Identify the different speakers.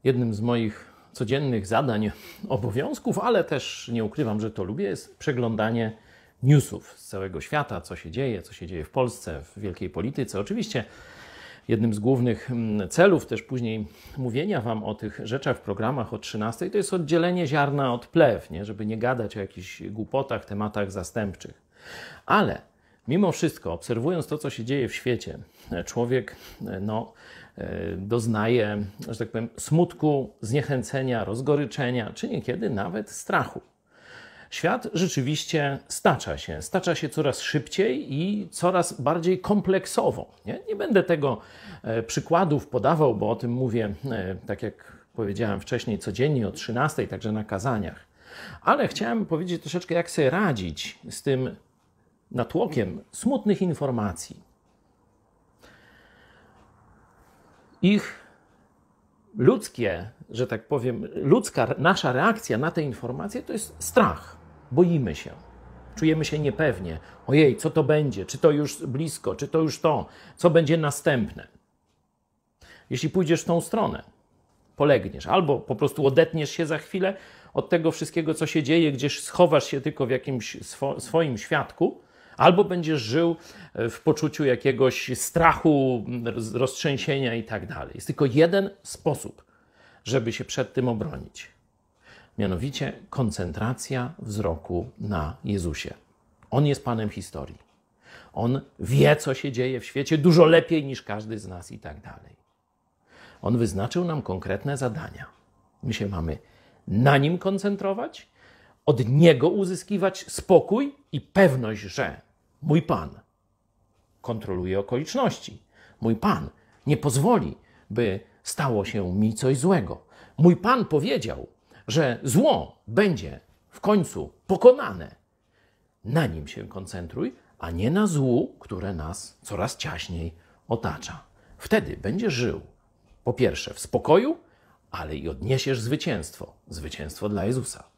Speaker 1: Jednym z moich codziennych zadań, obowiązków, ale też nie ukrywam, że to lubię, jest przeglądanie newsów z całego świata, co się dzieje w Polsce, w wielkiej polityce. Oczywiście jednym z głównych celów też później mówienia Wam o tych rzeczach w programach o 13 to jest oddzielenie ziarna od plew, nie? Żeby nie gadać o jakichś głupotach, tematach zastępczych. Ale mimo wszystko, obserwując to, co się dzieje w świecie, człowiek doznaje, że tak powiem, smutku, zniechęcenia, rozgoryczenia, czy niekiedy nawet strachu. Świat rzeczywiście stacza się coraz szybciej i coraz bardziej kompleksowo. Nie będę tego przykładów podawał, bo o tym mówię, tak jak powiedziałem wcześniej, codziennie o 13, także na kazaniach. Ale chciałem powiedzieć troszeczkę, jak sobie radzić z tym natłokiem smutnych informacji. Ludzkie, że tak powiem, nasza reakcja na te informacje to jest strach. Boimy się. Czujemy się niepewnie. Ojej, co to będzie? Czy to już blisko? Czy to już to? Co będzie następne? Jeśli pójdziesz w tą stronę, polegniesz. Albo po prostu odetniesz się za chwilę od tego wszystkiego, co się dzieje, gdzieś schowasz się tylko w jakimś swoim światku, albo będziesz żył w poczuciu jakiegoś strachu, roztrzęsienia i tak dalej. Jest tylko jeden sposób, żeby się przed tym obronić. Mianowicie koncentracja wzroku na Jezusie. On jest Panem historii. On wie, co się dzieje w świecie dużo lepiej niż każdy z nas i tak dalej. On wyznaczył nam konkretne zadania. My się mamy na Nim koncentrować, od Niego uzyskiwać spokój i pewność, że mój Pan kontroluje okoliczności. Mój Pan nie pozwoli, by stało się mi coś złego. Mój Pan powiedział, że zło będzie w końcu pokonane. Na Nim się koncentruj, a nie na złu, które nas coraz ciaśniej otacza. Wtedy będziesz żył, po pierwsze, w spokoju, ale i odniesiesz zwycięstwo. Zwycięstwo dla Jezusa.